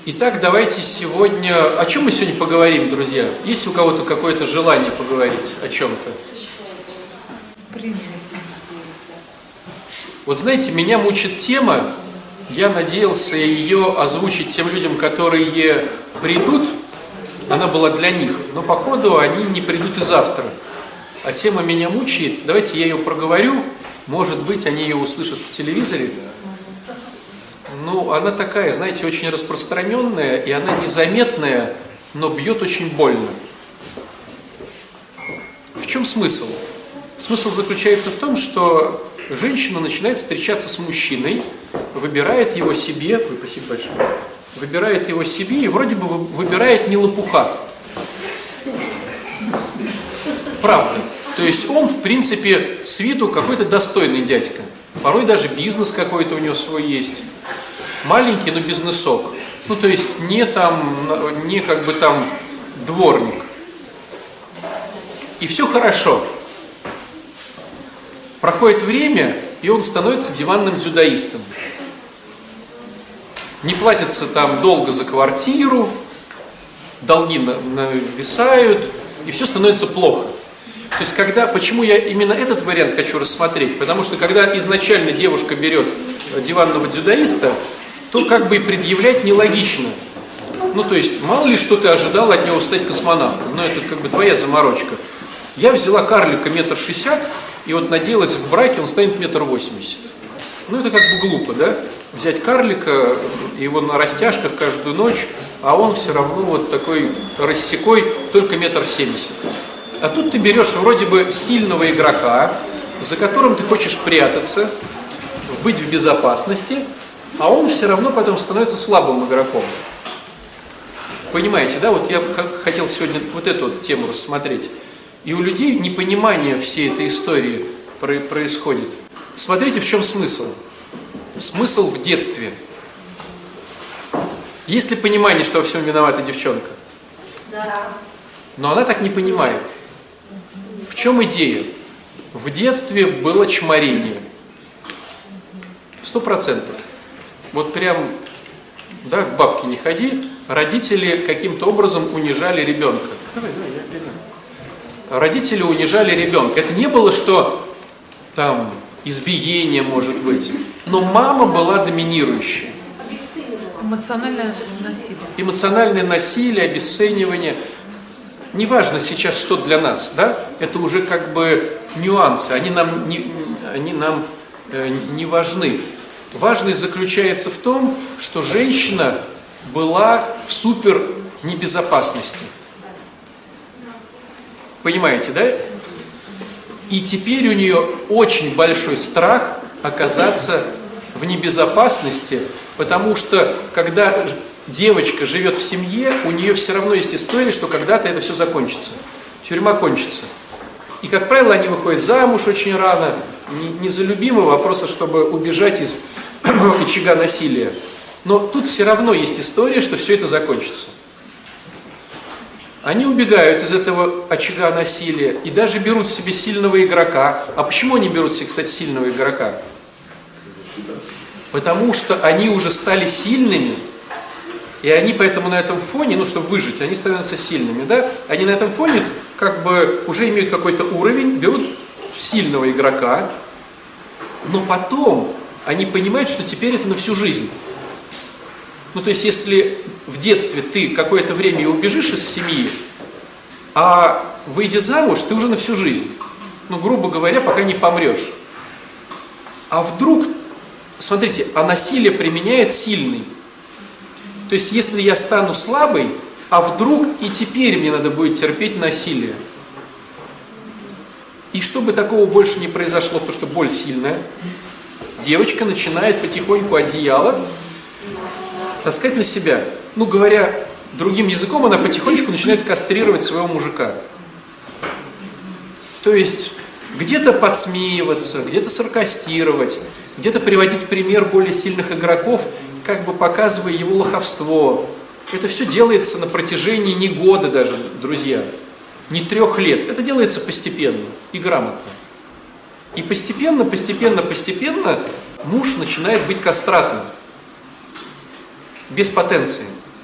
Итак, давайте сегодня... О чем мы сегодня поговорим, друзья? Есть у кого-то какое-то желание поговорить о чем-то? Вот знаете, меня мучит тема, я надеялся ее озвучить тем людям, которые придут, она была для них, но походу они не придут и завтра. А тема меня мучает, давайте я ее проговорю, может быть, они ее услышат в телевизоре. Ну, она такая, знаете, очень распространенная, и она незаметная, но бьет очень больно. В чем смысл? Смысл заключается в том, что женщина начинает встречаться с мужчиной, выбирает его себе, спасибо большое, выбирает его себе и вроде бы выбирает не лопуха. Правда. То есть он, в принципе, с виду какой-то достойный дядька. Порой даже бизнес какой-то у него свой есть. Маленький, но бизнесок. Ну, то есть не как бы там дворник. И все хорошо. Проходит время, и он становится диванным дзюдоистом. Не платится там долго за квартиру, долги нависают, и все становится плохо. То есть, почему я именно этот вариант хочу рассмотреть? Потому что, когда изначально девушка берет диванного дзюдоиста, то как бы и предъявлять нелогично. Ну, то есть, мало ли, что ты ожидал от него стать космонавтом. Но это как бы твоя заморочка. Я взяла карлика 1,60 м, и вот надеялась, в браке он станет 1,80 м. Ну, это как бы глупо, да? Взять карлика, его на растяжках каждую ночь, а он все равно вот такой рассекой, только 1,70 м. А тут ты берешь вроде бы сильного игрока, за которым ты хочешь прятаться, быть в безопасности, а он все равно потом становится слабым игроком. Понимаете, да? Вот я хотел сегодня вот эту вот тему рассмотреть. И у людей непонимание всей этой истории происходит. Смотрите, в чем смысл. Смысл в детстве. Есть ли понимание, что во всем виновата девчонка? Да. Но она так не понимает. В чем идея? В детстве было чморение. 100%. Вот прям, да, к бабке не ходи. Родители каким-то образом унижали ребенка. Давай, я перейду. Родители унижали ребенка. Это не было, что там избиение может быть. Но мама была доминирующей. Эмоциональное насилие. Эмоциональное насилие, обесценивание. Неважно сейчас, что для нас, да? Это уже как бы нюансы. Они нам не важны. Важность заключается в том, что женщина была в супер небезопасности. Понимаете, да? И теперь у нее очень большой страх оказаться в небезопасности, потому что когда девочка живет в семье, у нее все равно есть история, что когда-то это все закончится. Тюрьма кончится. И, как правило, они выходят замуж очень рано, не за любимого, а просто чтобы убежать из очага насилия. Но тут все равно есть история, что все это закончится. Они убегают из этого очага насилия и даже берут себе сильного игрока. А почему они берут себе, кстати, сильного игрока? Потому что они уже стали сильными, и они поэтому на этом фоне, ну, чтобы выжить, они становятся сильными, да? Они на этом фоне как бы уже имеют какой-то уровень, берут сильного игрока, но потом они понимают, что теперь это на всю жизнь. Ну, то есть, если в детстве ты какое-то время убежишь из семьи, а выйдя замуж, ты уже на всю жизнь. Ну, грубо говоря, пока не помрешь. А вдруг, смотрите, а насилие применяет сильный. То есть, если я стану слабой, а вдруг и теперь мне надо будет терпеть насилие. И чтобы такого больше не произошло, потому что боль сильная, девочка начинает потихоньку одеяло таскать на себя. Ну, говоря другим языком, она потихонечку начинает кастрировать своего мужика. То есть, где-то подсмеиваться, где-то саркастировать, где-то приводить в пример более сильных игроков, как бы показывая его лоховство. Это все делается на протяжении не года даже, друзья, не 3 лет. Это делается постепенно и грамотно. И постепенно муж начинает быть кастратом, без потенции.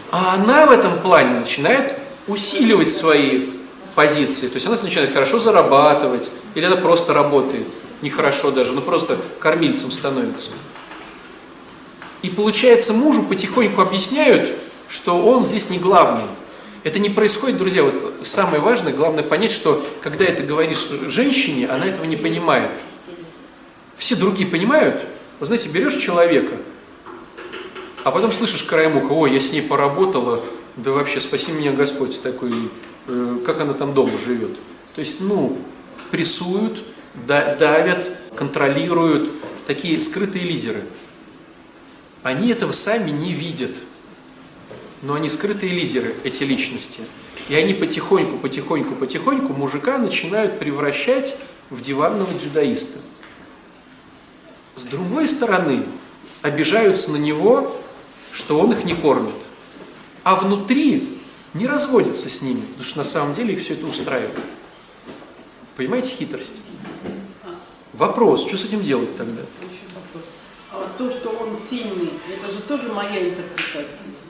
А она в этом плане начинает усиливать свои позиции. То есть она начинает хорошо зарабатывать, или она просто работает, нехорошо даже, но просто кормильцем становится. И получается, мужу потихоньку объясняют, что он здесь не главный. Это не происходит, друзья, вот самое важное, главное понять, что когда это говоришь женщине, она этого не понимает. Все другие понимают. Вы знаете, берешь человека, а потом слышишь краем уха: ой, я с ней поработала, да вообще спаси меня Господь такой, как она там дома живет. То есть, прессуют, давят, контролируют, такие скрытые лидеры. Они этого сами не видят, но они скрытые лидеры, эти личности. И они потихоньку мужика начинают превращать в диванного дзюдоиста. С другой стороны, обижаются на него, что он их не кормит. А внутри не разводятся с ними, потому что на самом деле их все это устраивает. Понимаете хитрость? Вопрос, что с этим делать тогда? То, что он сильный, это же тоже моя интерпретация.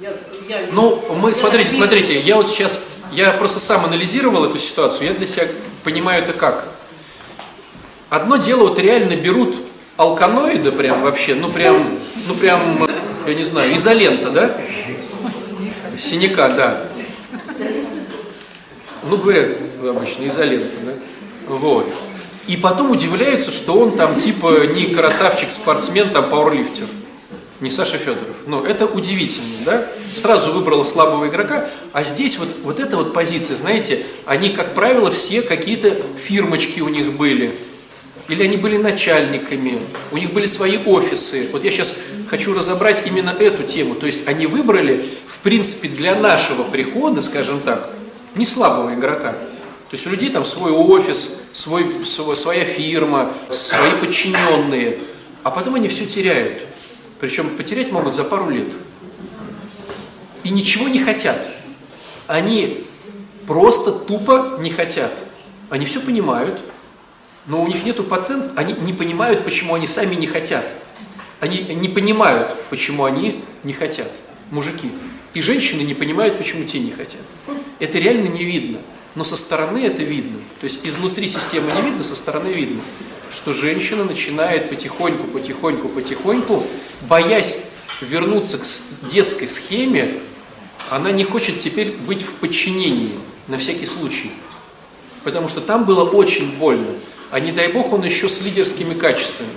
Смотрите, я вот сейчас, я просто сам анализировал эту ситуацию, я для себя понимаю это как. Одно дело, вот реально берут алканоиды прям вообще, я не знаю, изолента, да? Синяка, да. Говорят обычно, изолента, да? Вот. И потом удивляются, что он там типа не красавчик-спортсмен, там пауэрлифтер, не Саша Федоров. Это удивительно, да? Сразу выбрала слабого игрока, а здесь вот эта вот позиция, знаете, они, как правило, все какие-то фирмочки у них были, или они были начальниками, у них были свои офисы. Вот я сейчас хочу разобрать именно эту тему. То есть они выбрали, в принципе, для нашего прихода, скажем так, не слабого игрока. То есть у людей там свой офис, своя фирма, свои подчиненные, а потом они все теряют. Причем потерять могут за пару лет. И ничего не хотят. Они просто тупо не хотят. Они все понимают, но у них нету пациентов, они не понимают, почему они сами не хотят. Они не понимают, почему они не хотят, мужики. И женщины не понимают, почему те не хотят. Это реально не видно. Но со стороны это видно. То есть изнутри системы не видно, со стороны видно, что женщина начинает потихоньку, боясь вернуться к детской схеме, она не хочет теперь быть в подчинении, на всякий случай. Потому что там было очень больно. А не дай бог он еще с лидерскими качествами.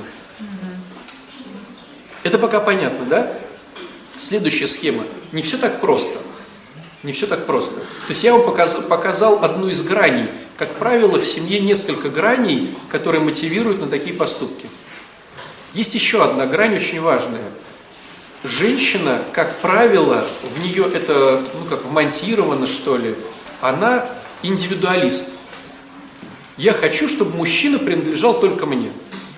Это пока понятно, да? Следующая схема. Не все так просто. Не все так просто. То есть я вам показал одну из граней. Как правило, в семье несколько граней, которые мотивируют на такие поступки. Есть еще одна грань очень важная. Женщина, как правило, в нее это, как вмонтировано, что ли, она индивидуалист. Я хочу, чтобы мужчина принадлежал только мне.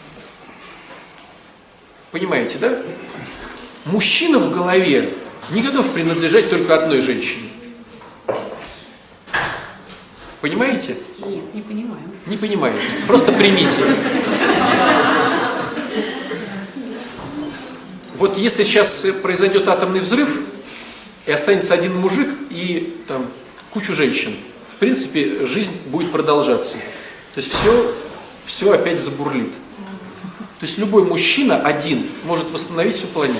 Понимаете, да? Мужчина в голове не готов принадлежать только одной женщине. Понимаете? Нет, не понимаю. Не понимаете. Просто примите. Вот если сейчас произойдет атомный взрыв, и останется один мужик и там кучу женщин, в принципе, жизнь будет продолжаться. То есть все опять забурлит. То есть любой мужчина один может восстановить всю планету.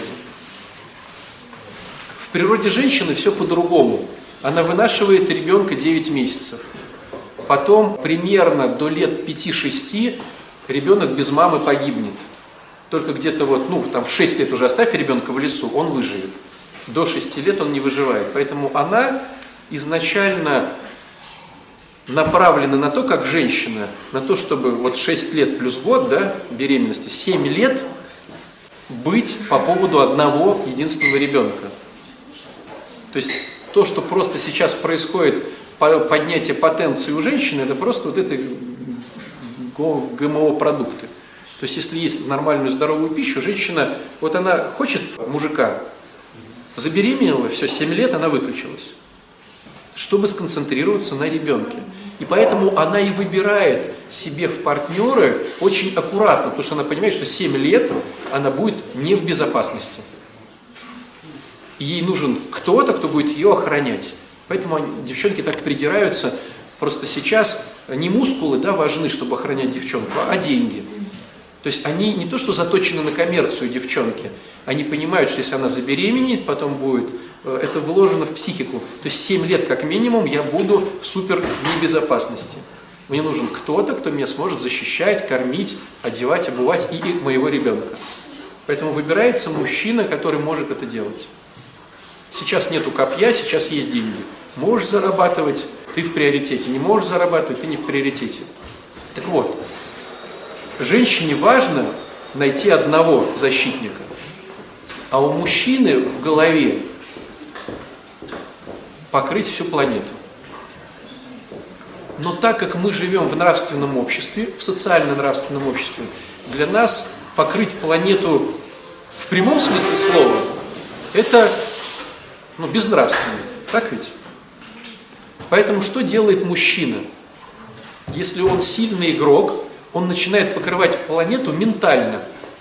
В природе женщины все по-другому. Она вынашивает ребенка 9 месяцев. Потом примерно до лет 5-6 ребенок без мамы погибнет. Только где-то в 6 лет уже оставь ребенка в лесу, он выживет. До 6 лет он не выживает. Поэтому она изначально направлена на то, как женщина, на то, чтобы 6 лет плюс год, да, беременности, 7 лет быть по поводу одного единственного ребенка. То есть то, что просто сейчас происходит, поднятие потенции у женщины, это просто это ГМО-продукты. То есть если есть нормальную здоровую пищу, женщина, она хочет мужика, забеременела, все, 7 лет она выключилась, чтобы сконцентрироваться на ребенке. И поэтому она и выбирает себе в партнеры очень аккуратно, потому что она понимает, что 7 лет она будет не в безопасности. И ей нужен кто-то, кто будет ее охранять. Поэтому девчонки так придираются. Просто сейчас не мускулы, да, важны, чтобы охранять девчонку, а деньги. То есть они не то что заточены на коммерцию девчонки, они понимают, что если она забеременеет, потом будет, это вложено в психику. То есть 7 лет как минимум я буду в супер небезопасности. Мне нужен кто-то, кто меня сможет защищать, кормить, одевать, обувать и моего ребенка. Поэтому выбирается мужчина, который может это делать. Сейчас нету копья, сейчас есть деньги. Можешь зарабатывать, ты в приоритете. Не можешь зарабатывать, ты не в приоритете. Так вот, женщине важно найти одного защитника, а у мужчины в голове покрыть всю планету. Но так как мы живем в нравственном обществе, в социально-нравственном обществе, для нас покрыть планету в прямом смысле слова это безнравственно. Так ведь? Поэтому что делает мужчина? Если он сильный игрок, он начинает покрывать планету ментально.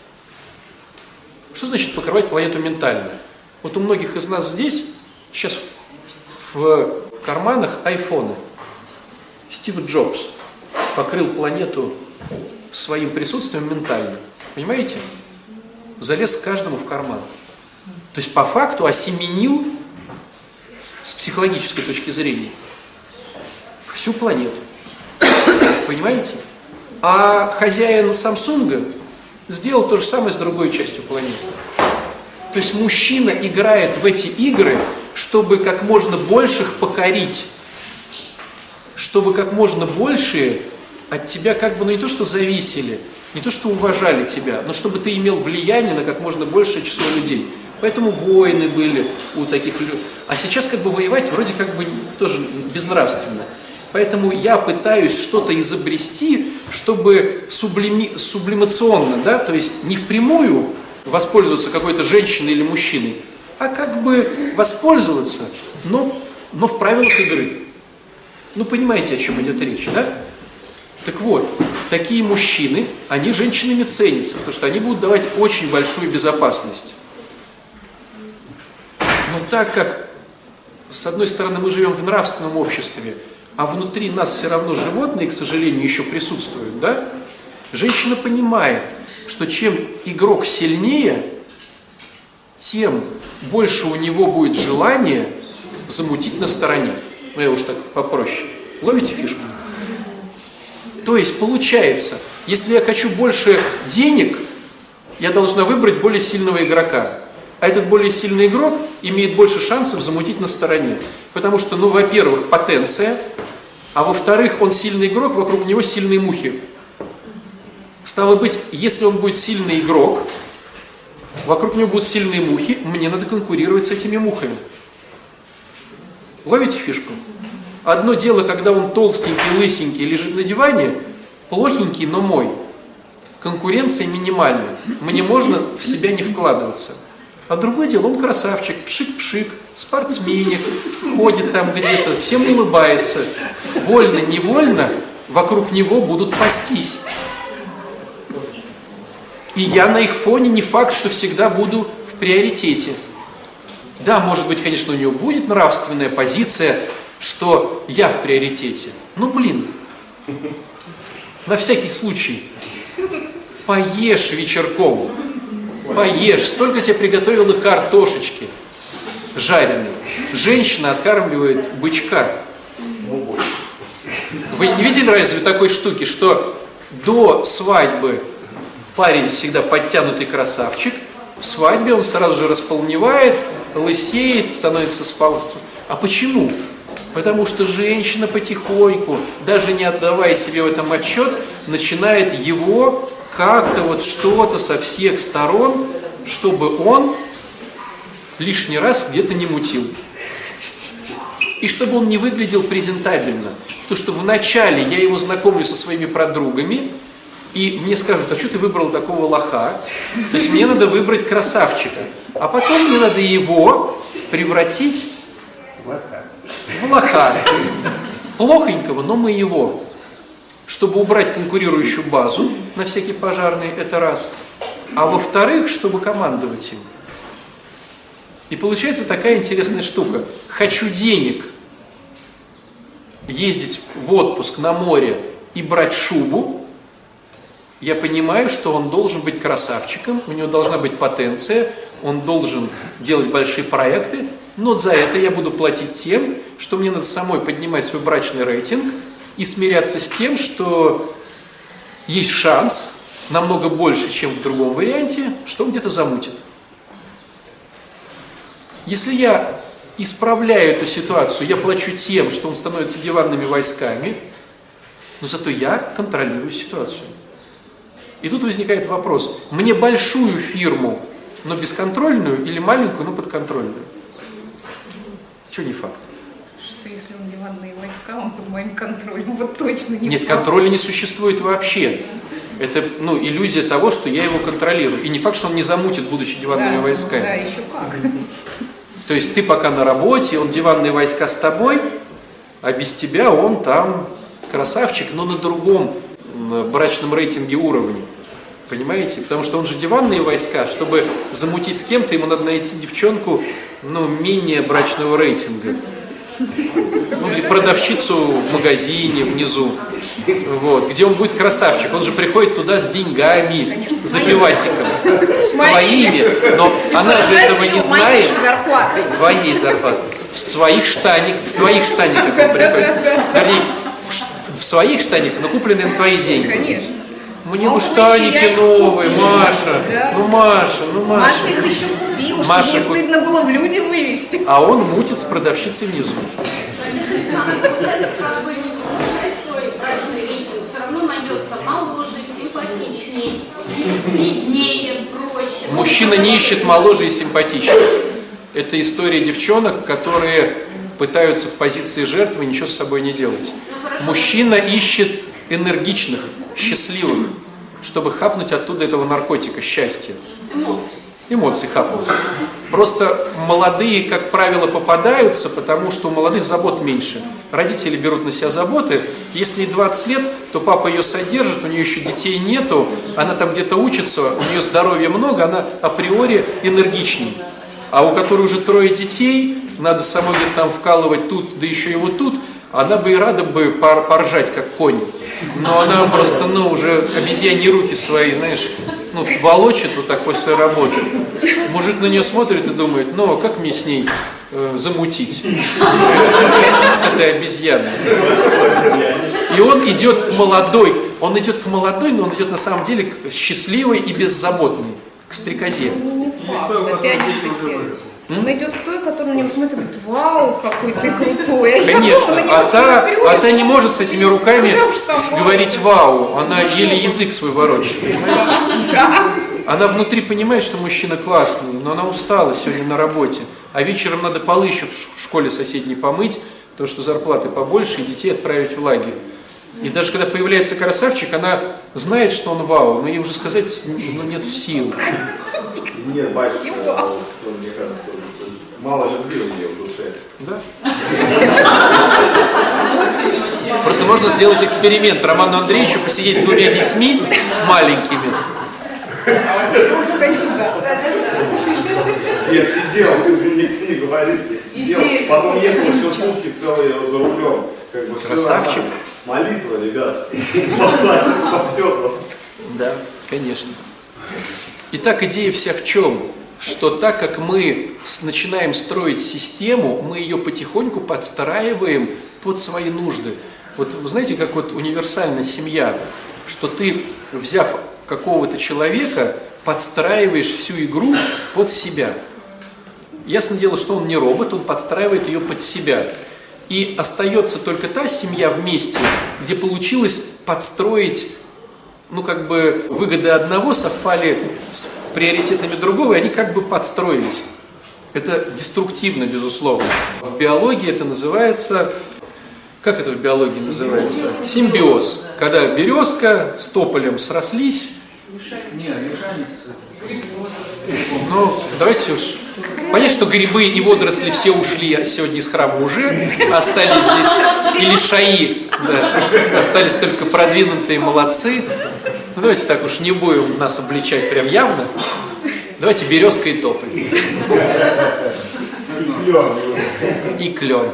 Что значит покрывать планету ментально? Вот у многих из нас здесь сейчас в карманах айфоны. Стив Джобс покрыл планету своим присутствием ментально. Понимаете? Залез каждому в карман. То есть по факту осеменил с психологической точки зрения всю планету. Понимаете? А хозяин Samsung сделал то же самое с другой частью планеты. То есть мужчина играет в эти игры, чтобы как можно больших покорить, чтобы как можно больше от тебя не то что зависели, не то что уважали тебя, но чтобы ты имел влияние на как можно большее число людей. Поэтому войны были у таких людей. А сейчас воевать вроде тоже безнравственно. Поэтому я пытаюсь что-то изобрести, чтобы сублимационно, да, то есть не впрямую воспользоваться какой-то женщиной или мужчиной, а воспользоваться, но в правилах игры. Понимаете, о чем идет речь, да? Так вот, такие мужчины, они женщинами ценятся, потому что они будут давать очень большую безопасность. Но так как, с одной стороны, мы живем в нравственном обществе, а внутри нас все равно животные, к сожалению, еще присутствуют, да? Женщина понимает, что чем игрок сильнее, тем больше у него будет желание замутить на стороне. Я уж так попроще. Ловите фишку? То есть получается, если я хочу больше денег, я должна выбрать более сильного игрока. А этот более сильный игрок имеет больше шансов замутить на стороне. Потому что, во-первых, потенция, а во-вторых, он сильный игрок, вокруг него сильные мухи. Стало быть, если он будет сильный игрок, вокруг него будут сильные мухи, мне надо конкурировать с этими мухами. Ловите фишку? Одно дело, когда он толстенький, лысенький, лежит на диване, плохенький, но мой. Конкуренция минимальна. Мне можно в себя не вкладываться. А другое дело, он красавчик, пшик-пшик, спортсменик, ходит там где-то, всем улыбается. Вольно-невольно вокруг него будут пастись. И я на их фоне не факт, что всегда буду в приоритете. Да, может быть, конечно, у него будет нравственная позиция, что я в приоритете. На всякий случай, поешь вечерком, поешь, столько тебе приготовила картошечки жареной. Женщина откармливает бычка. Вы не видели разве такой штуки, что до свадьбы парень всегда подтянутый красавчик, в свадьбе он сразу же располневает, лысеет, становится спавством. А почему? Потому что женщина потихоньку, даже не отдавая себе в этом отчет, начинает его как-то что-то со всех сторон, чтобы он лишний раз где-то не мутил. И чтобы он не выглядел презентабельно. Потому что вначале я его знакомлю со своими подругами, и мне скажут, а что ты выбрал такого лоха? То есть мне надо выбрать красавчика. А потом мне надо его превратить в лоха. Плохонького, но моего. Чтобы убрать конкурирующую базу на всякий пожарный, это раз. А во-вторых, чтобы командовать им. И получается такая интересная штука. Хочу денег, ездить в отпуск на море и брать шубу, я понимаю, что он должен быть красавчиком, у него должна быть потенция, он должен делать большие проекты, но за это я буду платить тем, что мне надо самой поднимать свой брачный рейтинг и смиряться с тем, что есть шанс, намного больше, чем в другом варианте, что он где-то замутит. Если я исправляю эту ситуацию, я плачу тем, что он становится диванными войсками, но зато я контролирую ситуацию. И тут возникает вопрос, мне большую фирму, но бесконтрольную, или маленькую, но подконтрольную? Чего не факт? Что если он диванные войска, он под моим контролем, вот точно не Нет, факт. контроля не существует вообще. Это иллюзия того, что я его контролирую. И не факт, что он не замутит, будучи диванными войсками. Да, еще как. То есть ты пока на работе, он диванные войска с тобой, а без тебя он там красавчик, но на другом брачном рейтинге уровне. Понимаете? Потому что он же диванные войска, чтобы замутить с кем-то, ему надо найти девчонку, менее брачного рейтинга. Продавщицу в магазине внизу, где он будет красавчик. Он же приходит туда с деньгами, конечно, за пивасиком, с твоими, но она же этого не знает. Твоей зарплатой. В твоих штаниках он приходит. Вернее, в своих штаниках, но купленные на твои деньги. Конечно. Мне бы штаники новые, Маша. Да. Маша. Маша их еще купила, Маша, чтобы не стыдно было в люди вывести. А он мутит с продавщицей внизу. Мужчина не ищет моложе и симпатичнее. Это история девчонок, которые пытаются в позиции жертвы ничего с собой не делать. Мужчина ищет энергичных, счастливых, чтобы хапнуть оттуда этого наркотика, счастья. Эмоции хапнуть. Просто молодые, как правило, попадаются, потому что у молодых забот меньше. Родители берут на себя заботы. Если ей 20 лет, то папа ее содержит, у нее еще детей нету, она там где-то учится, у нее здоровья много, она априори энергичнее. А у которой уже 3 детей, надо самой где-то там вкалывать тут, да еще и вот тут, она бы и рада бы поржать, как конь. Но она просто, уже обезьяньи руки свои, знаешь, волочит вот так после работы. Мужик на нее смотрит и думает, как мне с ней замутить? С этой обезьяной. И он идет к молодой. Но он идет на самом деле к счастливой и беззаботной, к стрекозе. Не факт, опять же таки. Он идет к той, которая на него смотрит, говорит, вау, какой ты крутой. Конечно, а та не может с этими руками говорить вау, она еле язык свой ворочает, понимаете? Да. Она внутри понимает, что мужчина классный, но она устала сегодня на работе, а вечером надо полы еще в школе соседней помыть, потому что зарплаты побольше, и детей отправить в лагерь. И даже когда появляется красавчик, она знает, что он вау, но ей уже сказать, нет сил. Нет, батюшка, мне кажется, мало любви у нее в душе. Да? Просто можно сделать эксперимент. Роману Андреевичу посидеть с 2 детьми маленькими. Кстати, да. Я сидел, никто не говорит, я сидел. Потом ехал еще сутки целые за рулем. Красавчик. Молитва, ребят, спасет вас. Да, конечно. Итак, идея вся в чем? Что так как мы начинаем строить систему, мы ее потихоньку подстраиваем под свои нужды. Вот вы знаете, как универсальная семья, что ты, взяв какого-то человека, подстраиваешь всю игру под себя. Ясное дело, что он не робот, он подстраивает ее под себя. И остается только та семья вместе, где получилось подстроить, выгоды одного совпали с приоритетами другого, и они подстроились. Это деструктивно, безусловно. В биологии это называется, как это в биологии называется? Симбиоз. Когда березка с тополем срослись. Давайте уж... Понятно, что грибы и водоросли все ушли сегодня из храма уже, остались здесь и лишаи, да, остались только продвинутые молодцы. Давайте так уж не будем нас обличать прям явно. Давайте березка и тополь. И клен.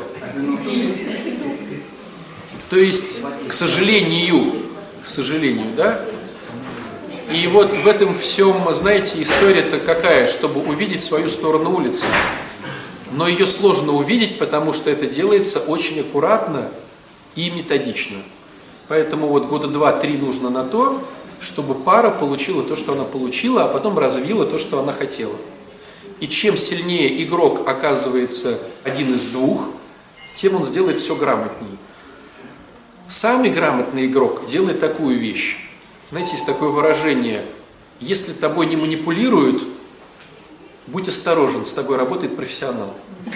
То есть, к сожалению, да? И вот в этом всем, знаете, история-то какая, чтобы увидеть свою сторону улицы. Но ее сложно увидеть, потому что это делается очень аккуратно и методично. Поэтому вот года 2-3 нужно на то, чтобы пара получила то, что она получила, а потом развила то, что она хотела. И чем сильнее игрок оказывается один из двух, тем он сделает все грамотнее. Самый грамотный игрок делает такую вещь. Знаете, есть такое выражение: если тобой не манипулируют, будь осторожен, с тобой работает профессионал.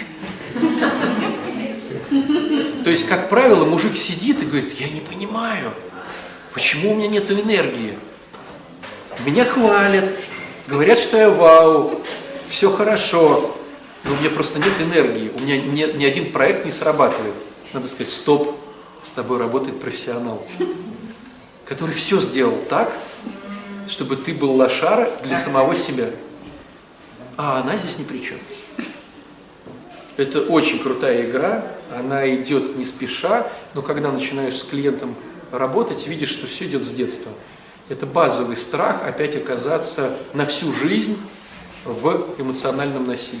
То есть, как правило, мужик сидит и говорит: я не понимаю, почему у меня нет энергии. Меня хвалят, говорят, что я вау, все хорошо, но у меня просто нет энергии, у меня ни один проект не срабатывает. Надо сказать: стоп, с тобой работает профессионал, который все сделал так, чтобы ты был лошара для самого себя. А она здесь ни при чем. Это очень крутая игра, она идет не спеша, но когда начинаешь с клиентом работать, видишь, что все идет с детства. Это базовый страх опять оказаться на всю жизнь в эмоциональном насилии.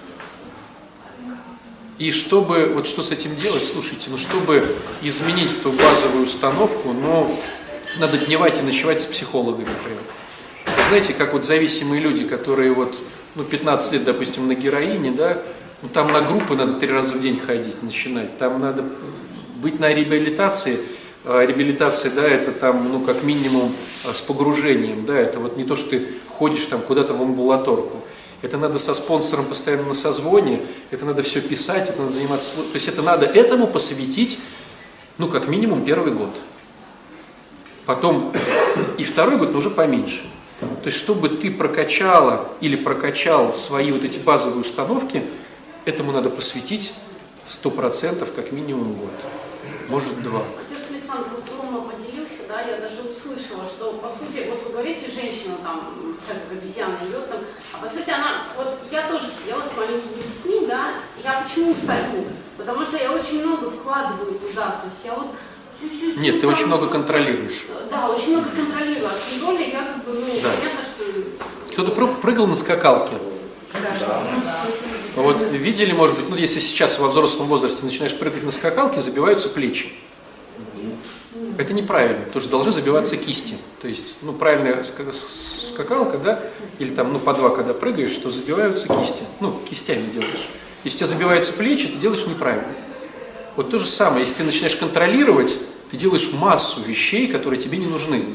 И чтобы, вот что с этим делать, слушайте, чтобы изменить эту базовую установку, надо дневать и ночевать с психологами прям. Вы знаете, как вот зависимые люди, которые 15 лет, допустим, на героине, да, там на группы надо 3 раза в день ходить, начинать, там надо быть на реабилитации. Реабилитация, да, это там, как минимум с погружением, да, это вот не то, что ты ходишь там куда-то в амбулаторку. Это надо со спонсором постоянно на созвоне, это надо все писать, это надо заниматься, то есть это надо этому посвятить, как минимум 1-й год. Потом и 2-й год, но уже поменьше. То есть, чтобы ты прокачала или прокачал свои вот эти базовые установки, этому надо посвятить 100%, как минимум год, может 2. Отец Александр Рома поделился, да, я даже услышала, что по сути, вот вы говорите, женщина там, всякая обезьяна идет там, а по сути она, вот я тоже сидела с маленькими детьми, да, я почему устаю? Потому что я очень много вкладываю туда, то есть я вот Нет, ты очень много контролируешь. Да, очень много контролирую. А тем более я да. Понятно, что... Кто-то прыгал на скакалке. Да. Вот видели, может быть, если сейчас во взрослом возрасте начинаешь прыгать на скакалке, забиваются плечи. Это неправильно, потому что должны забиваться кисти. То есть, правильная скакалка, да, или там, по 2, когда прыгаешь, что забиваются кисти. Кистями делаешь. Если у тебя забиваются плечи, ты делаешь неправильно. Вот то же самое, если ты начинаешь контролировать, ты делаешь массу вещей, которые тебе не нужны.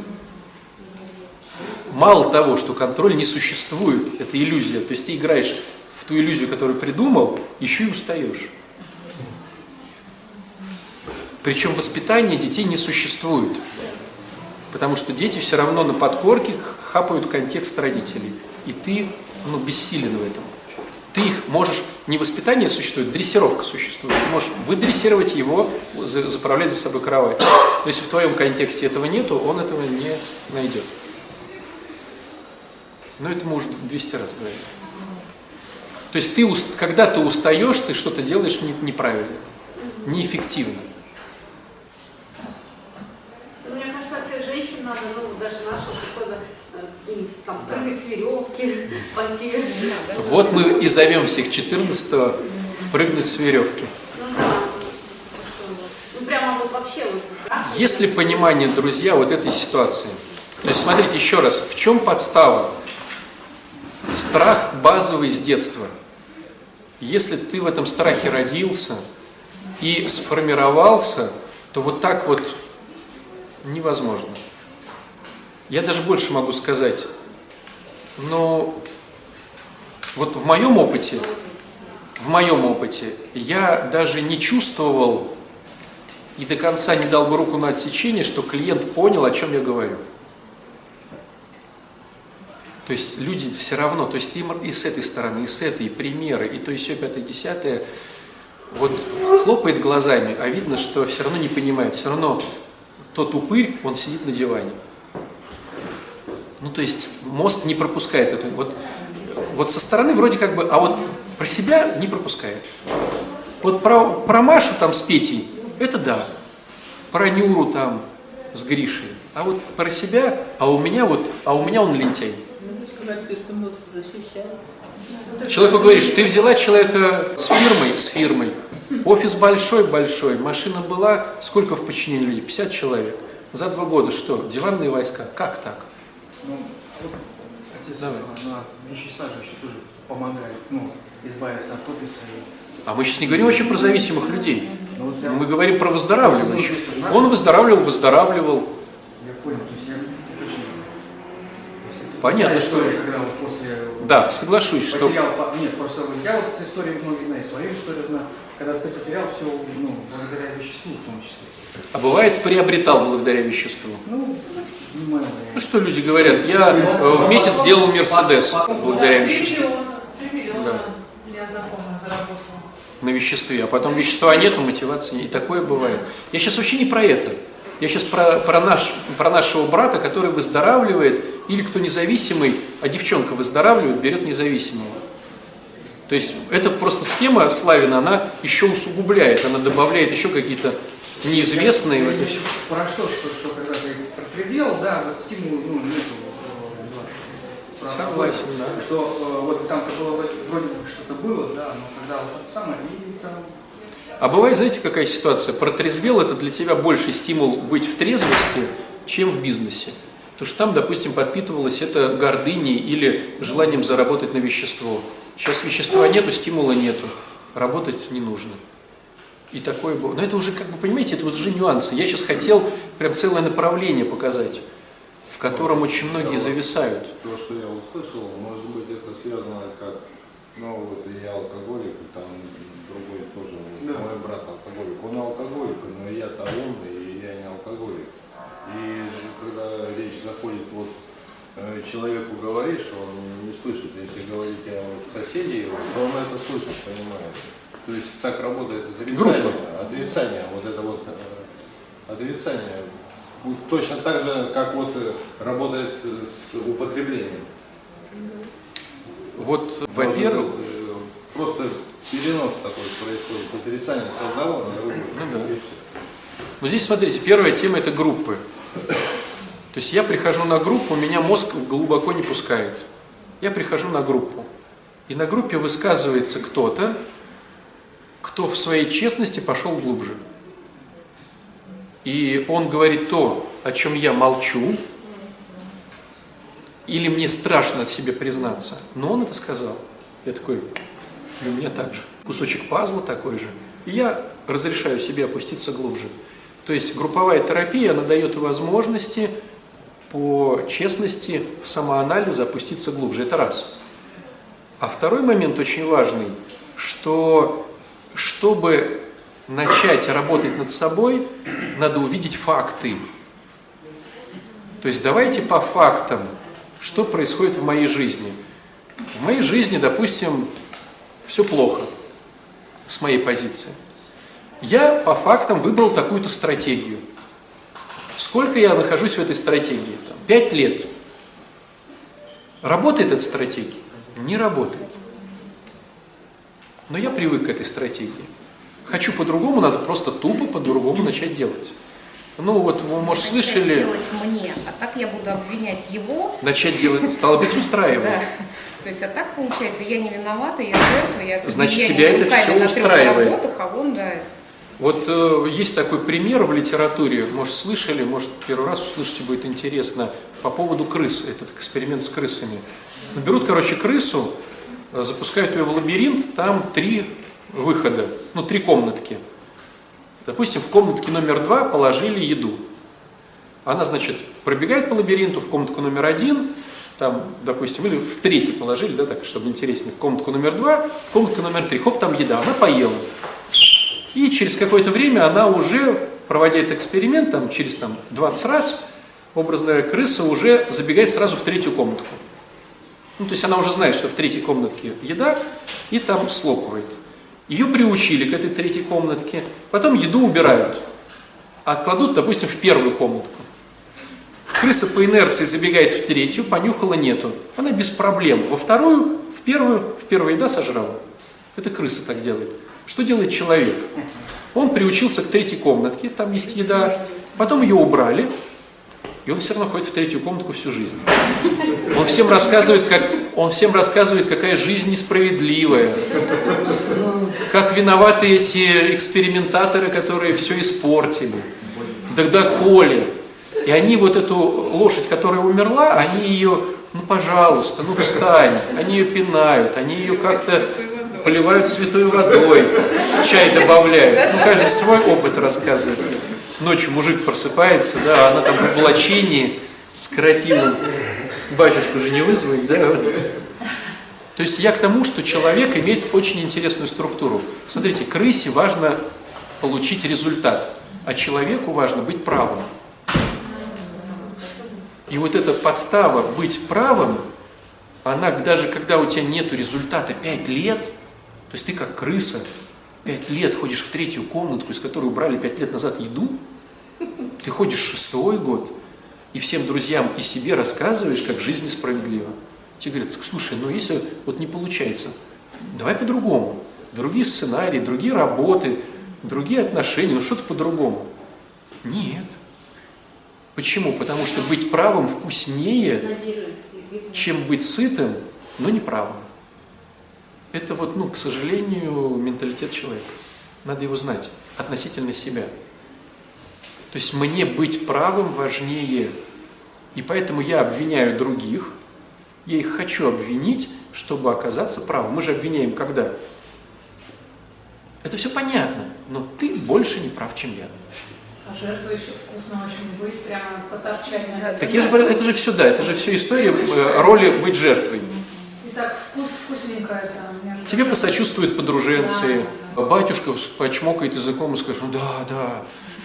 Мало того, что контроль не существует, это иллюзия. То есть ты играешь в ту иллюзию, которую придумал, еще и устаешь. Причем воспитание детей не существует. Потому что дети все равно на подкорке хапают контекст родителей. И ты бессилен в этом. Ты их можешь, не воспитание существует, дрессировка существует. Ты можешь выдрессировать его, заправлять за собой кровать. Но если в твоем контексте этого нету, он этого не найдет. Но это мы уже 200 раз говорили. То есть когда ты устаешь, ты что-то делаешь неправильно, неэффективно. Мне кажется, всех женщин надо, даже нашего прихода, прыгать с веревки, пойти. Вот мы и зовем всех 14-го прыгнуть с веревки. Прямо вообще Есть ли понимание, друзья, вот этой ситуации? То есть, смотрите еще раз, в чем подстава? Страх базовый с детства. Если ты в этом страхе родился и сформировался, то вот так вот невозможно. Я даже больше могу сказать. Вот в моем опыте я даже не чувствовал и до конца не дал бы руку на отсечение, что клиент понял, о чем я говорю. То есть люди все равно, то есть им и с этой стороны, и с этой, и примеры, и то, и сё, 5-е, 10-е, вот хлопает глазами, а видно, что все равно не понимает, все равно тот упырь, он сидит на диване. То есть мозг не пропускает это. Вот со стороны вроде как бы, а вот Про себя не пропускает. Вот про Машу там с Петей, это да. Про Нюру там с Гришей. А вот про себя, а у меня он лентяй. Человеку говоришь, ты взяла человека с фирмой. Офис большой, машина была, сколько в подчинении людей? 50 человек. За 2 года что? Диванные войска. Как так? Ну, вот, отец, на вещества же еще тоже помогает, избавиться от офиса. А мы сейчас не говорим вообще про зависимых людей. Мы говорим про выздоравливающих. Он выздоравливал. Я понял, то есть я точно... Понятно, что... Когда вот после... Да, соглашусь, что... Нет, просто я вот историю многие знаю, свою историю знаю, когда ты потерял все, благодаря веществу в том числе. А бывает, приобретал благодаря веществу? Не что люди говорят, я в месяц сделал Мерседес благодаря веществу. 3 миллиона я знакомая заработала. На веществе, а потом вещества нету, мотивации, и такое бывает. Я сейчас вообще не про это. Я сейчас про нашего брата, который выздоравливает, или кто независимый, а девчонка выздоравливает, берет независимого. То есть это просто схема Славина, она еще усугубляет, она добавляет еще какие-то неизвестные в это все. Про что когда ты протрезвел, да, вот стимул, нету. Согласен, да. Что вот там-то было, вроде бы что-то было, да, но когда вот это самое, и там... А бывает, знаете, какая ситуация? Протрезвел — это для тебя больший стимул быть в трезвости, чем в бизнесе. Потому что там, допустим, подпитывалось это гордыней или желанием заработать на вещество. Сейчас вещества нету, стимула нету, работать не нужно. И такое было. Но это уже, как бы, понимаете, это уже нюансы. Я сейчас хотел прям целое направление показать, в котором очень многие зависают. То, что я услышал, может быть, это связано как, вот я алкоголик, и там другой тоже, мой брат алкоголик. Он алкоголик, но я-то умный, и я не алкоголик. И когда речь заходит, вот человеку говоришь, он не слышит. Если говорить о соседе его, то он это слышит, понимает. То есть так работает отрицание, вот это вот отрицание. Точно так же, как вот работает с употреблением. Вот, во-первых... Просто перенос такой происходит, отрицание с одного на другой. Ну да. Но здесь, смотрите, первая тема — это группы. То есть я прихожу на группу, меня мозг глубоко не пускает. Я прихожу на группу. И на группе высказывается кто-то, кто в своей честности пошел глубже. И он говорит то, о чем я молчу, или мне страшно от себя признаться, но он это сказал. Я такой, и у меня так же. Кусочек пазла такой же. И я разрешаю себе опуститься глубже. То есть групповая терапия, она дает возможности по честности, самоанализа опуститься глубже. Это раз. А второй момент очень важный, что чтобы начать работать над собой, надо увидеть факты. То есть давайте по фактам, что происходит в моей жизни. В моей жизни, допустим, все плохо с моей позиции. Я по фактам выбрал такую-то стратегию. Сколько я нахожусь в этой стратегии? 5 лет. Работает эта стратегия? Не работает. Но я привык к этой стратегии. Хочу по-другому, надо просто тупо по-другому начать делать. Вот вы, может, слышали... Делать мне, а так я буду обвинять его. Начать делать, стало быть, устраивает. Да. То есть, а так получается, я не виновата, я жертва, я значит, тебя это все устраивает. Работах, а он, да. Вот есть такой пример в литературе, может, слышали, может, первый раз услышите, будет интересно, по поводу крыс, этот эксперимент с крысами. Берут, крысу, запускают ее в лабиринт, там 3 выхода, 3 комнатки. Допустим, в комнатке номер 2 положили еду. Она, значит, пробегает по лабиринту в комнатку номер 1, там, допустим, или в 3 положили, да, так, чтобы интереснее, в комнатку номер 2, в комнатку номер 3, хоп, там еда, она поела. И через какое-то время она уже, проводя этот эксперимент, через 20 раз, образная крыса уже забегает сразу в 3 комнатку. То есть она уже знает, что в 3 комнатке еда, и там слопывает. Ее приучили к этой 3 комнатке, потом еду убирают, а кладут, допустим, в 1 комнатку. Крыса по инерции забегает в 3, понюхала, нету. Она без проблем во 2, в 1 еда сожрала. Это крыса так делает. Что делает человек? Он приучился к третьей комнатке, там есть еда, потом ее убрали, и он все равно ходит в третью комнатку всю жизнь. Он всем рассказывает, какая жизнь несправедливая, как виноваты эти экспериментаторы, которые все испортили, доколе. И они вот эту лошадь, которая умерла, они ее, ну пожалуйста, ну встань, они ее пинают, они ее как-то поливают святой водой, в чай добавляют. Ну каждый свой опыт рассказывает. Ночью мужик просыпается, да, она там в облачении с крапивным, батюшку же не вызвать, да, вот. То есть я к тому, что человек имеет очень интересную структуру. Смотрите, крысе важно получить результат, а человеку важно быть правым. И вот эта подстава быть правым, она даже когда у тебя нет результата 5 лет, то есть ты как крыса, 5 лет ходишь в третью комнатку, из которой убрали 5 лет назад еду, ты ходишь 6-й год, и всем друзьям и себе рассказываешь, как жизнь несправедлива. Тебе говорят, слушай, ну если вот не получается, давай по-другому. Другие сценарии, другие работы, другие отношения, ну что-то по-другому. Нет. Почему? Потому что быть правым вкуснее, чем быть сытым, но не правым. Это вот, ну, к сожалению, менталитет человека. Надо его знать относительно себя. То есть мне быть правым важнее. И поэтому я обвиняю других, я их хочу обвинить, чтобы оказаться правым. Мы же обвиняем когда? Это все понятно, но ты больше не прав, чем я. А жертва еще вкусно очень быть, прямо поторчать на Так я же, это же все, да, это же все история роли быть жертвой. И так вкусненько это. Тебе посочувствуют подруженцы, да. Батюшка почмокает языком и скажет, ну да.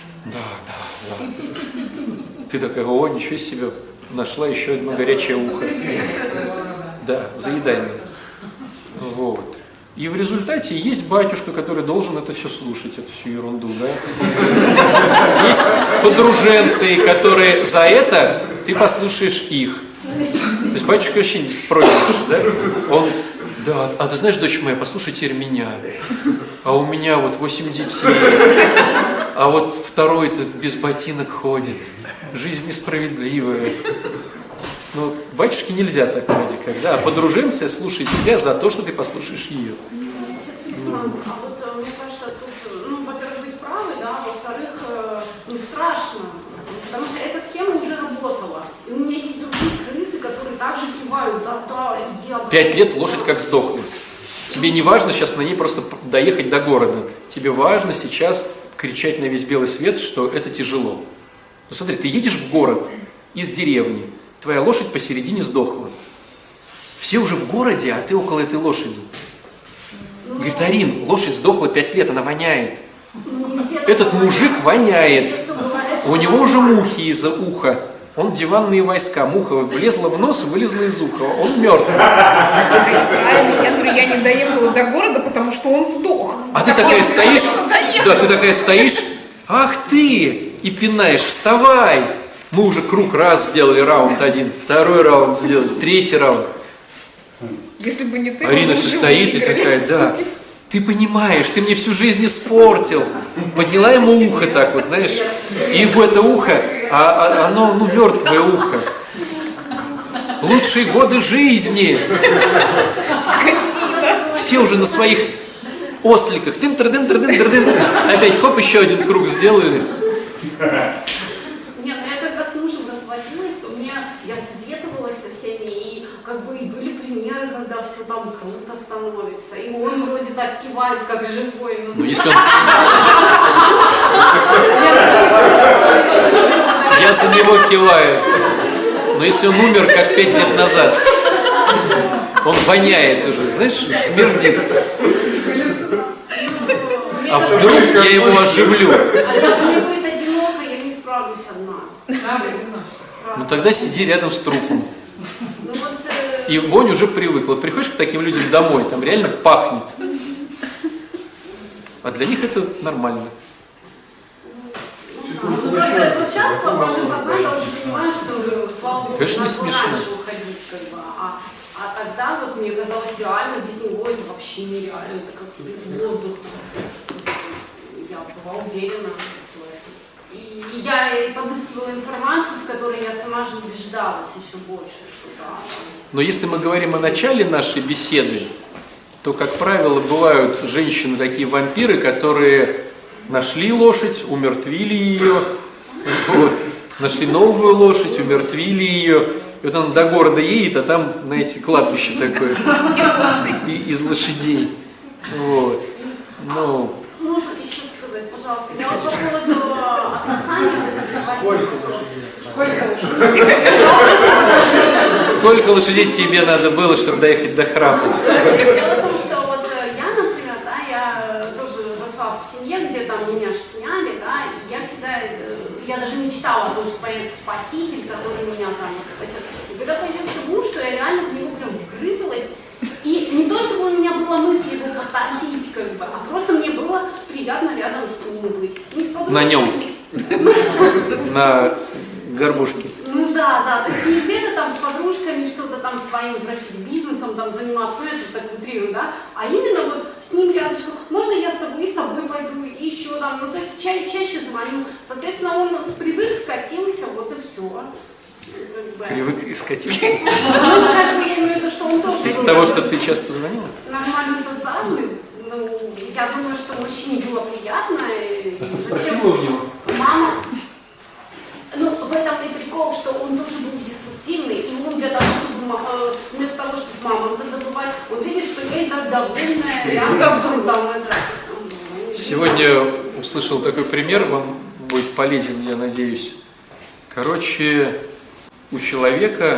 Ты такая, о, ничего себе, нашла еще одно горячее ухо. Да, заедай меня. Вот. И в результате есть батюшка, который должен это все слушать, эту всю ерунду, да? Есть подруженцы, которые за это ты послушаешь их. То есть батюшка вообще не против, да? Он, да, а ты знаешь, дочь моя, послушай теперь меня. А у меня вот 8 детей. А вот второй-то без ботинок ходит. Жизнь несправедливая. Но батюшке нельзя так вроде как, да? А подруженция слушает тебя за то, что ты послушаешь ее. А вот мне кажется, тут, ну, во-первых, быть правой, да, во-вторых, ну, страшно, потому что эта схема уже работала. И у меня есть другие крысы, которые также кивают, да, иди. 5 лет лошадь как сдохнет. Тебе не важно сейчас на ней просто доехать до города. Тебе важно сейчас кричать на весь белый свет, что это тяжело. Ну смотри, ты едешь в город из деревни, твоя лошадь посередине сдохла. Все уже в городе, а ты около этой лошади. Говорит, Арин, лошадь сдохла 5 лет, она воняет. Этот мужик воняет. У него уже мухи из-за уха. Он диванные войска. Муха влезла в нос и вылезла из уха. Он мертв. Правильно, я говорю, я не доехала до города, потому что он сдох. А ты такая стоишь, да, ты такая стоишь, ах ты, и пинаешь, вставай. Мы уже круг раз сделали, раунд 1, второй раунд сделали, 3-й раунд. Если бы не ты, Арина все стоит и такая, да, ты понимаешь, ты мне всю жизнь испортил. Подняла ему ухо так вот, знаешь, и в это ухо, оно, ну, мертвое ухо. Лучшие годы жизни. скотина. Все уже на своих осликах. Тын-тры-дын-тры-дын-тры-дын. Опять хоп, еще один круг сделали. Нет, я когда с мужем разводилась, то я советовалась со всеми, и как бы и были примеры, когда все там круто становится. И он вроде так кивает, как живой. Ну, если он... Я за него киваю. Но если он умер, как 5 лет назад, он воняет уже, знаешь, смердит. А вдруг я его оживлю? А если мне будет одиноко, я не справлюсь одна. Ну тогда сиди рядом с трупом. Ну, вот, И вонь уже привыкла. Вот приходишь к таким людям домой, там реально пахнет. А для них это нормально. ну, просто вот сейчас по вашим программам я уже понимаю, что слава богу, Конечно, не надо смешно. раньше уходить, как бы, а тогда вот мне казалось реально, без него это вообще нереально, это как без воздуха. Я была уверена в этом. И я подыскивала информацию, в которой я сама же убеждалась еще больше, что да. Но если мы говорим о начале нашей беседы, то, как правило, бывают женщины такие вампиры, которые нашли лошадь, умертвили ее, вот, нашли новую лошадь, умертвили ее, и вот она до города едет, а там, знаете, кладбище такое из лошадей. Вот. Ну. Можно еще сказать, пожалуйста, я вот по поводу отношения. Сколько лошадей тебе надо было, чтобы доехать до храма? Дело в том, что вот я, например, да, я тоже росла в семье, где там меня шпиняли, да, и я всегда, я даже мечтала о том, что появится спаситель, который меня там спасет. И когда появился муж, что я реально в него прям вгрызалась, и не то, чтобы у меня была мысль его потопить, как бы, а просто мне было приятно рядом с ним быть. На нем? На горбушке? Ну да, то есть не где-то там с подружками что-то там своим, простите, бизнесом там заниматься, ну это так утрирую, да, а именно вот с ним рядышком, можно я с тобой пойду, и еще там, ну то есть чаще звоню, соответственно, он привык, скатился, вот и все. Привык и скатился? Ну, как бы я имею в виду, что он тоже... Из-за того, что ты часто звонила? Нормально социальный, ну, я думаю, что мужчине было приятно. Спросила у него? Мама... Ну, в этом и прикол, что он тоже был деструктивный, и он для того, чтобы, вместо того, чтобы маму добывать, он видит, что я и так довольная, рядом там это... Сегодня услышал такой пример, вам будет полезен, я надеюсь. Короче, у человека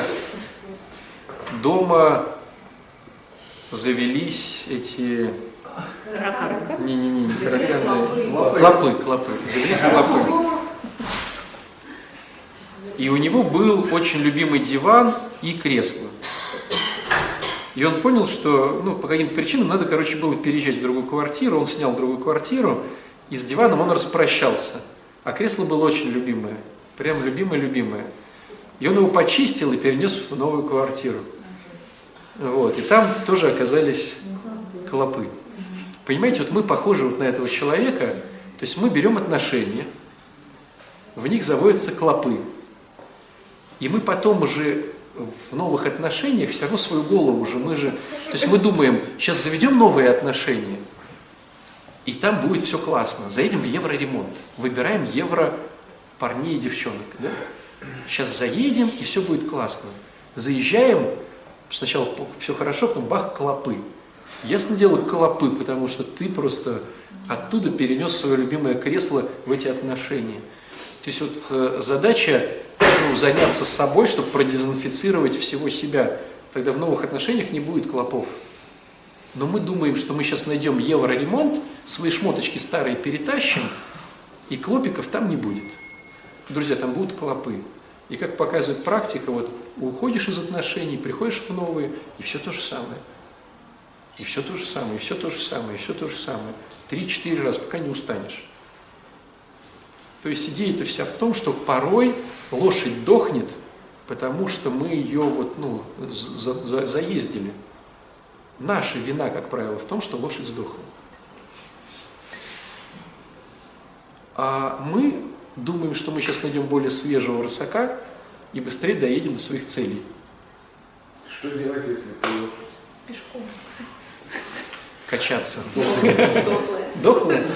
дома завелись эти... Не тараканы. Клопы. Завелись клопы. И у него был очень любимый диван и кресло. И он понял, что по каким-то причинам надо, было переезжать в другую квартиру. Он снял другую квартиру, и с диваном он распрощался. А кресло было очень любимое. Прям любимое. И он его почистил и перенес в новую квартиру. Вот. И там тоже оказались клопы. Понимаете, вот мы похожи вот на этого человека. То есть мы берем отношения, в них заводятся клопы. И мы потом уже в новых отношениях все равно свою голову уже, то есть мы думаем, сейчас заведем новые отношения, и там будет все классно. Заедем в евроремонт, выбираем евро парней и девчонок. Да? Сейчас заедем, и все будет классно. Заезжаем, сначала все хорошо, потом бах, клопы. Ясно дело, клопы, потому что ты просто оттуда перенес свое любимое кресло в эти отношения. То есть вот задача заняться собой, чтобы продезинфицировать всего себя. Тогда в новых отношениях не будет клопов. Но мы думаем, что мы сейчас найдем евроремонт, свои шмоточки старые перетащим, и клопиков там не будет. Друзья, там будут клопы. И как показывает практика, вот уходишь из отношений, приходишь в новые, и все то же самое. И все то же самое, и все то же самое, и все то же самое. 3-4 раза, пока не устанешь. То есть идея-то вся в том, что порой лошадь дохнет, потому что мы ее заездили. Наша вина, как правило, в том, что лошадь сдохла. А мы думаем, что мы сейчас найдем более свежего рысака и быстрее доедем до своих целей. Что делать, если ты лошадь? Пешком. Качаться. Дохлая. Дохлая?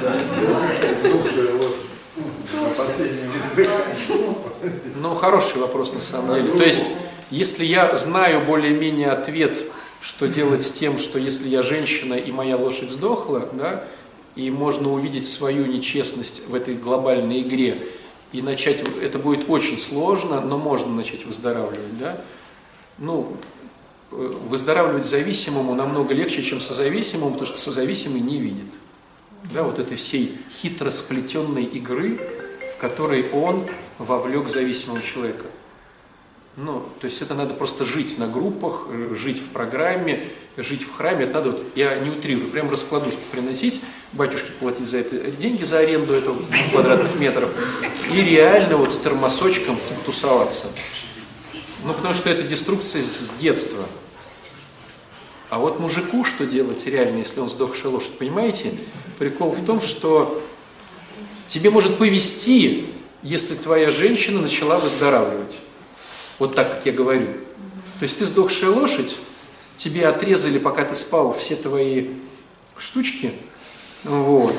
Ну, хороший вопрос на самом деле. То есть, если я знаю более-менее ответ, что делать с тем, что если я женщина и моя лошадь сдохла, да, и можно увидеть свою нечестность в этой глобальной игре, и начать, это будет очень сложно, но можно начать выздоравливать, да. Выздоравливать зависимому намного легче, чем созависимому, потому что созависимый не видит. Да, вот этой всей хитро сплетенной игры, в которой он вовлек зависимого человека. То есть это надо просто жить на группах, жить в программе, жить в храме. Это надо, я не утрирую, прям раскладушку приносить, батюшке платить за это деньги за аренду этого квадратных метров и реально с термосочком тусоваться. Потому что это деструкция с детства. А вот мужику что делать реально, если он сдохшая лошадь? Понимаете? Прикол в том, что тебе может повезти, если твоя женщина начала выздоравливать. Вот так, как я говорю. То есть ты сдохшая лошадь, тебе отрезали, пока ты спал, все твои штучки, вот.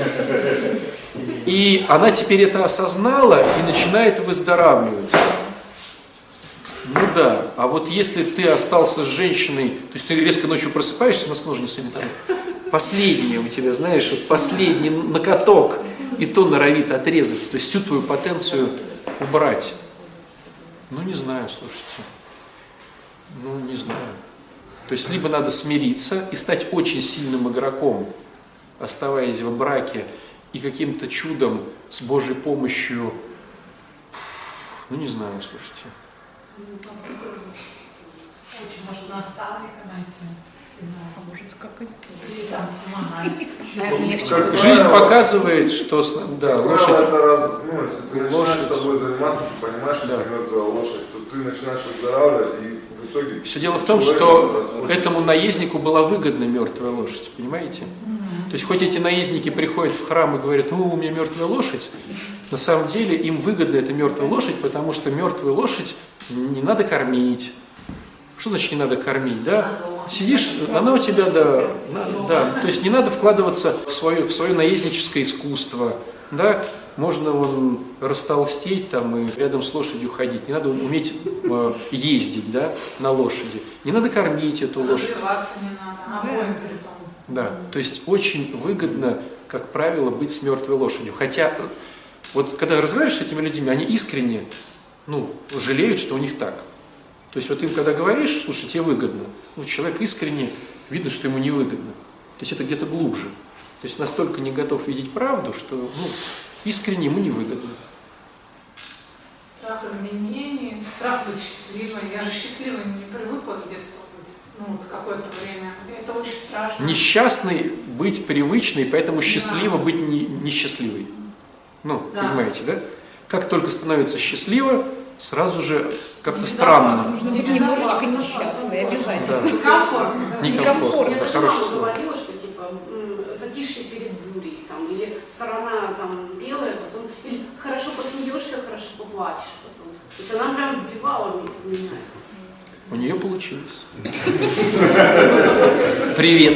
И она теперь это осознала и начинает выздоравливать. Ну да, а вот если ты остался с женщиной, то есть ты резко ночью просыпаешься, она с ножницами там, последняя у тебя, знаешь, вот последний ноготок, и то норовит отрезать, то есть всю твою потенцию убрать. Ну не знаю, слушайте, ну не знаю. То есть либо надо смириться и стать очень сильным игроком, оставаясь в браке, и каким-то чудом с Божьей помощью, ну не знаю, слушайте. Очень, может, наставника найти. А может, как они? Или там Мне Жизнь показывает, что да, лошадь. Это раз, ну, если ты начинаешь лошадь. с тобой заниматься, ты понимаешь, что это мертвая лошадь, то ты начинаешь выздоравливать, и в итоге... Все дело в том, что этому наезднику была выгодна мертвая лошадь, понимаете? То есть хоть эти наездники приходят в храм и говорят, ну, у меня мертвая лошадь, на самом деле им выгодна эта мертвая лошадь, потому что мертвую лошадь не надо кормить. Что значит не надо кормить, да? Сидишь, она у тебя, да, то есть не надо вкладываться в свое наездническое искусство, да? Можно вон растолстеть там и рядом с лошадью ходить, не надо уметь ездить, да, на лошади, не надо кормить эту лошадь. развиваться не надо, обоим перетом. Да, то есть очень выгодно, как правило, быть с мертвой лошадью. Хотя, вот когда разговариваешь с этими людьми, они искренне, ну, жалеют, что у них так. То есть вот им, когда говоришь, слушай, тебе выгодно, ну, человек искренне, видно, что ему невыгодно. То есть это где-то глубже. То есть настолько не готов видеть правду, что, ну, искренне ему невыгодно. Страх изменений, страх быть счастливой. Я же счастливой не привыкла с детства быть. Ну, вот какое-то время. Это очень страшно. Несчастный быть привычной, поэтому счастливо быть несчастливой. Ну, Да. понимаете, да? Как только становится счастливо, сразу же как-то странно. Нужно быть немножечко несчастной, обязательно. Да. Некомфортно. Некомфортно, Я да, даже хорошее мама слово. говорила, что типа затишье перед бурей, там, или сторона там белая, потом, или хорошо посмеешься, хорошо поплачешь потом. То есть она прям вбивала меня. У нее получилось. Привет.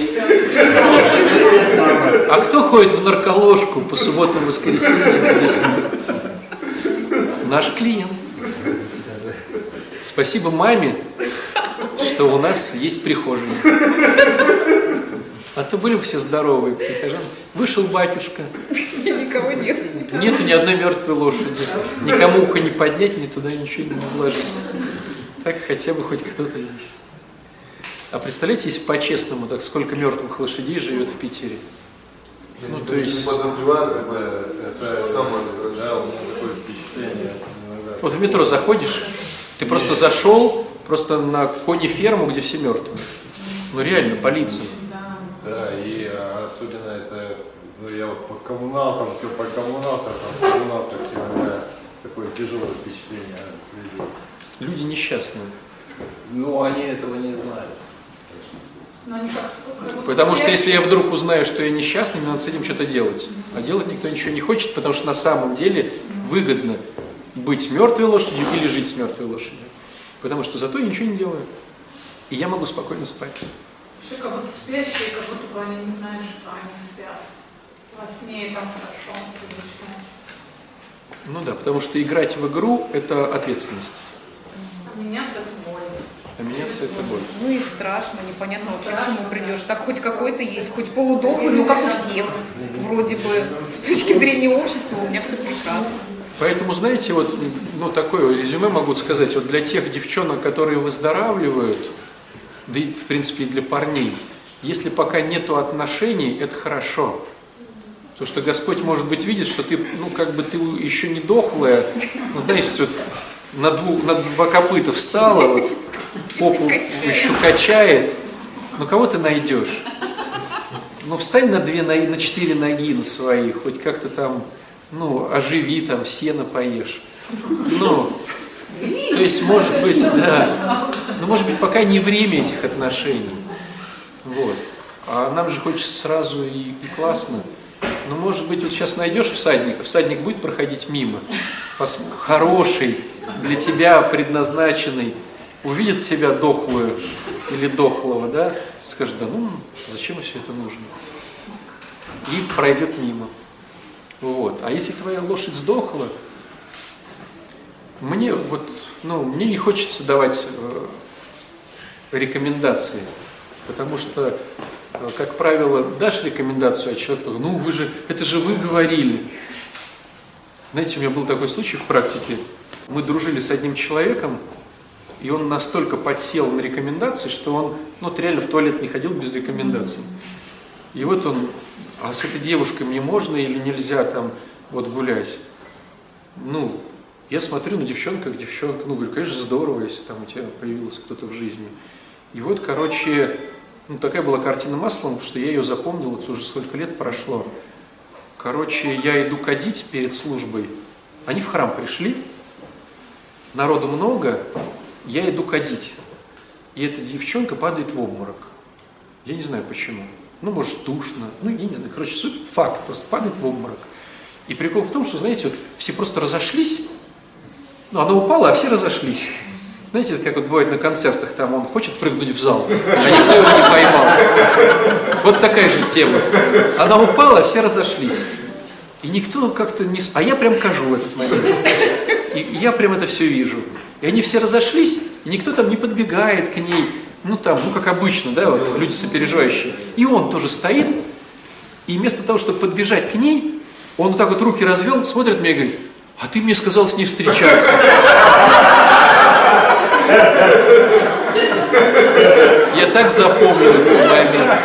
А кто ходит в нарколожку по субботам и воскресеньям в 10 утра? Наш клиент. Спасибо маме, что у нас есть прихожая. А то были бы все здоровые прихожан. Вышел батюшка. Никого нет. Нету ни одной мертвой лошади. Никому ухо не поднять, ни туда ничего не вложить. Так хотя бы хоть кто-то здесь. А представляете, если по-честному, так сколько мертвых лошадей живет в Питере? Ну, то есть... Это самое, да, у меня такое впечатление. Вот в метро заходишь, ты просто зашел просто на коне-ферму, где все мертвые. Ну реально, полиция. Да, и особенно это, ну я вот по коммуналкам, все по коммуналкам, такое тяжелое впечатление от людей. Люди несчастные. Ну, они этого не знают. Но они как будто Потому что если я вдруг узнаю, что я несчастный, мне надо с этим что-то делать. А делать никто ничего не хочет, потому что на самом деле выгодно быть мертвой лошадью или жить с мертвой лошадью. Потому что зато я ничего не делаю. И я могу спокойно спать. Вообще как будто спящие, как будто бы они не знают, что они спят. Во сне и там хорошо. Ну да, потому что играть в игру – это ответственность. А меняться это боль. А меняться – это боль. Ну и страшно, непонятно вообще, к чему придешь. Так хоть какой-то есть, хоть полудохлый, ну как у всех. Вроде бы, с точки зрения общества, у меня все прекрасно. Поэтому, знаете, вот ну, такое резюме могу сказать, вот для тех девчонок, которые выздоравливают, да и, в принципе, и для парней, если пока нету отношений, это хорошо. Потому что Господь, может быть, видит, что ты, ну, как бы ты еще не дохлая, ну, знаете, вот на два копыта встала, вот, попу еще качает, ну, кого ты найдешь? Ну, встань на 4 ноги на свои, хоть как-то там, ну, оживи, там, сено поешь. Ну, то есть, может быть, да, но, может быть, пока не время этих отношений. А нам же хочется сразу и классно. Ну, может быть, вот сейчас найдешь всадника, всадник будет проходить мимо, хороший, для тебя предназначенный, увидит тебя дохлую или дохлого, да, скажет, да ну, зачем все это нужно? И пройдет мимо. Вот. А если твоя лошадь сдохла, мне не хочется давать рекомендации, потому что, как правило, дашь рекомендацию, а человек такой, ну это же вы говорили. Знаете, у меня был такой случай в практике. Мы дружили с одним человеком, и он настолько подсел на рекомендации, что он реально в туалет не ходил без рекомендаций. И вот он, а с этой девушкой мне можно или нельзя там гулять? Я смотрю на девчонка, говорю, конечно, здорово, если там у тебя появился кто-то в жизни. И вот, короче, такая была картина маслом, что я ее запомнил, это уже сколько лет прошло. Короче, я иду кадить перед службой, они в храм пришли, народу много, я иду кадить, и эта девчонка падает в обморок. Я не знаю почему. Может, душно, я не знаю. Короче, суть, факт, просто падает в обморок. И прикол в том, что, знаете, все просто разошлись, она упала, а все разошлись. Знаете, как бывает на концертах, там он хочет прыгнуть в зал, а никто его не поймал. Вот такая же тема. Она упала, а все разошлись. И никто как-то не... А я прям кажу в этот момент. И я прям это все вижу. И они все разошлись, и никто там не подбегает к ней. Как обычно, да, люди сопереживающие. И он тоже стоит, и вместо того, чтобы подбежать к ней, он так руки развел, смотрит на меня и говорит, а ты мне сказал с ней встречаться. Я так запомнил этот момент.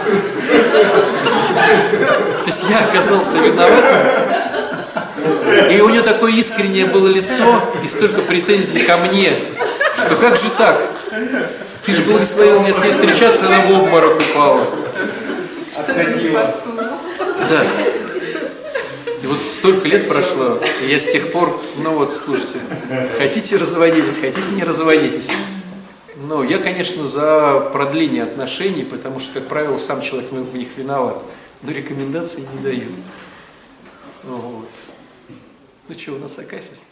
То есть я оказался виноватым, и у нее такое искреннее было лицо, и столько претензий ко мне, что как же так? Ты же благословил меня с ней встречаться, она в обморок упала. Отходила. Да. И вот столько лет прошло, и я с тех пор, слушайте, хотите разводитесь, хотите не разводитесь. Я, конечно, за продление отношений, потому что, как правило, сам человек в них виноват, но рекомендаций не даю. Вот. У нас акафист.